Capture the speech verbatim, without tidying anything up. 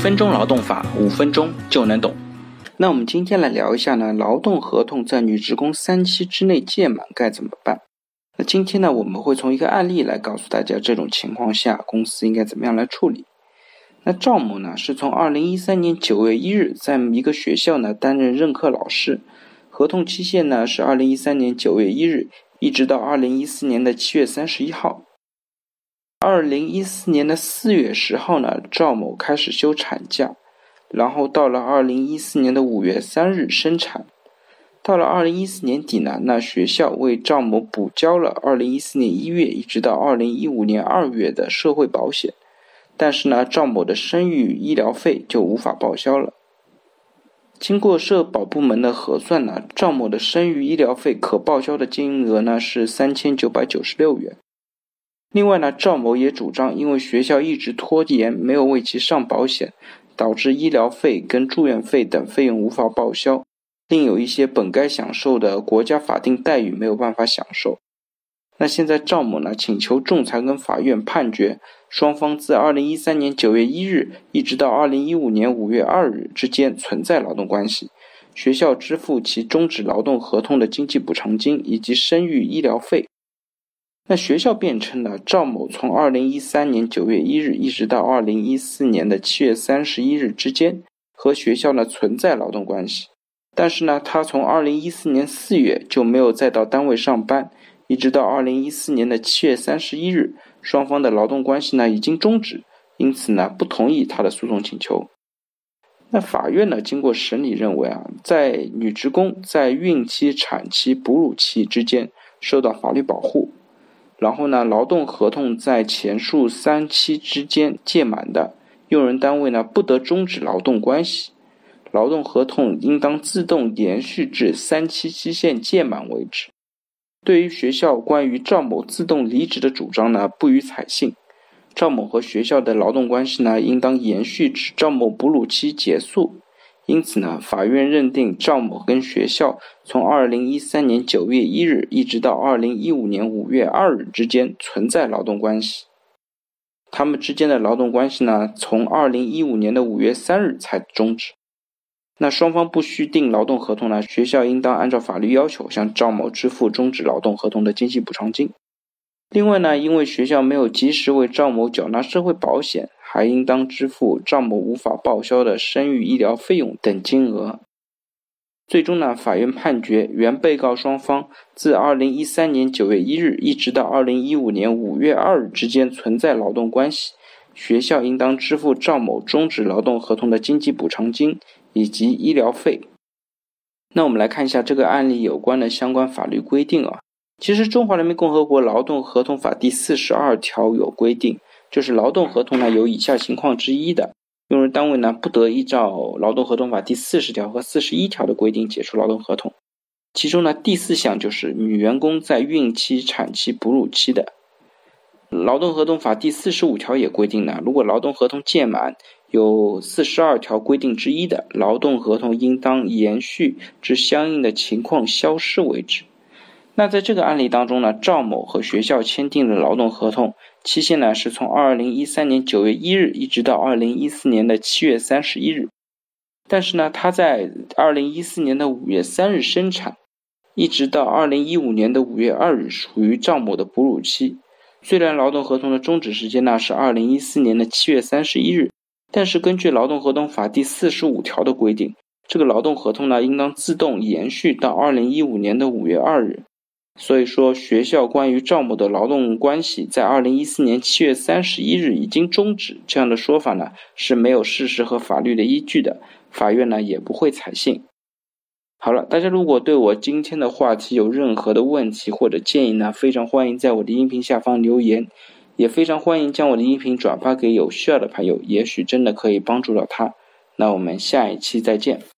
分钟劳动法，五分钟就能懂。那我们今天来聊一下呢，劳动合同在女职工三期之内届满该怎么办？那今天呢，我们会从一个案例来告诉大家，这种情况下公司应该怎么样来处理。那赵某呢，是从二零一三年九月一日在一个学校呢担任任课老师，合同期限呢是二零一三年九月一日，一直到二零一四年的七月三十一号。二零一四年的四月十号呢，赵某开始休产假，然后到了二零一四年的五月三日生产。到了二零一四年底呢，那学校为赵某补交了二零一四年一月一直到二零一五年二月的社会保险，但是呢，赵某的生育医疗费就无法报销了。经过社保部门的核算呢，赵某的生育医疗费可报销的金额呢是三千九百九十六元。另外呢，赵某也主张，因为学校一直拖延，没有为其上保险，导致医疗费跟住院费等费用无法报销，另有一些本该享受的国家法定待遇没有办法享受。那现在赵某呢，请求仲裁跟法院判决，双方自二零一三年九月一日一直到二零一五年五月二日之间存在劳动关系，学校支付其终止劳动合同的经济补偿金以及生育医疗费。那学校辩称呢，赵某从二零一三年九月一日一直到二零一四年的七月三十一日之间和学校呢存在劳动关系，但是呢，他从二零一四年四月就没有再到单位上班，一直到二零一四年的七月三十一日，双方的劳动关系呢已经终止，因此呢不同意他的诉讼请求。那法院呢经过审理认为啊，在女职工在孕期、产期、哺乳期之间受到法律保护，然后呢，劳动合同在前述三期之间届满的，用人单位呢不得终止劳动关系，劳动合同应当自动延续至三期期限届满为止。对于学校关于赵某自动离职的主张呢，不予采信。赵某和学校的劳动关系呢，应当延续至赵某哺乳期结束。因此呢，法院认定赵某跟学校从二零一三年九月一日一直到二零一五年五月二日之间存在劳动关系。他们之间的劳动关系呢，从二零一五年的五月三日才终止。那双方不续订劳动合同呢，学校应当按照法律要求向赵某支付终止劳动合同的经济补偿金。另外呢，因为学校没有及时为赵某缴纳社会保险，还应当支付赵某无法报销的生育医疗费用等金额。最终呢，法院判决原被告双方自二零一三年九月一日一直到二零一五年五月二日之间存在劳动关系，学校应当支付赵某终止劳动合同的经济补偿金以及医疗费。那我们来看一下这个案例有关的相关法律规定啊。其实中华人民共和国劳动合同法第四十二条有规定，就是劳动合同呢有以下情况之一的，用人单位呢不得依照劳动合同法第四十条和四十一条的规定解除劳动合同。其中呢第四项就是女员工在孕期、产期、哺乳期的。劳动合同法第四十五条也规定呢，如果劳动合同届满有四十二条规定之一的，劳动合同应当延续至相应的情况消失为止。那在这个案例当中呢，赵某和学校签订了劳动合同，期限呢是从二零一三年九月一日一直到二零一四年的七月三十一日。但是呢，他在二零一四年的五月三日生产，一直到二零一五年的五月二日属于赵某的哺乳期。虽然劳动合同的终止时间呢是二零一四年的七月三十一日，但是根据劳动合同法第四十五条的规定，这个劳动合同呢应当自动延续到二零一五年的五月二日。所以说，学校关于赵某的劳动关系在二零一四年七月三十一日已经终止，这样的说法呢是没有事实和法律的依据的，法院呢也不会采信。好了，大家如果对我今天的话题有任何的问题或者建议呢，非常欢迎在我的音频下方留言，也非常欢迎将我的音频转发给有需要的朋友，也许真的可以帮助到他。那我们下一期再见。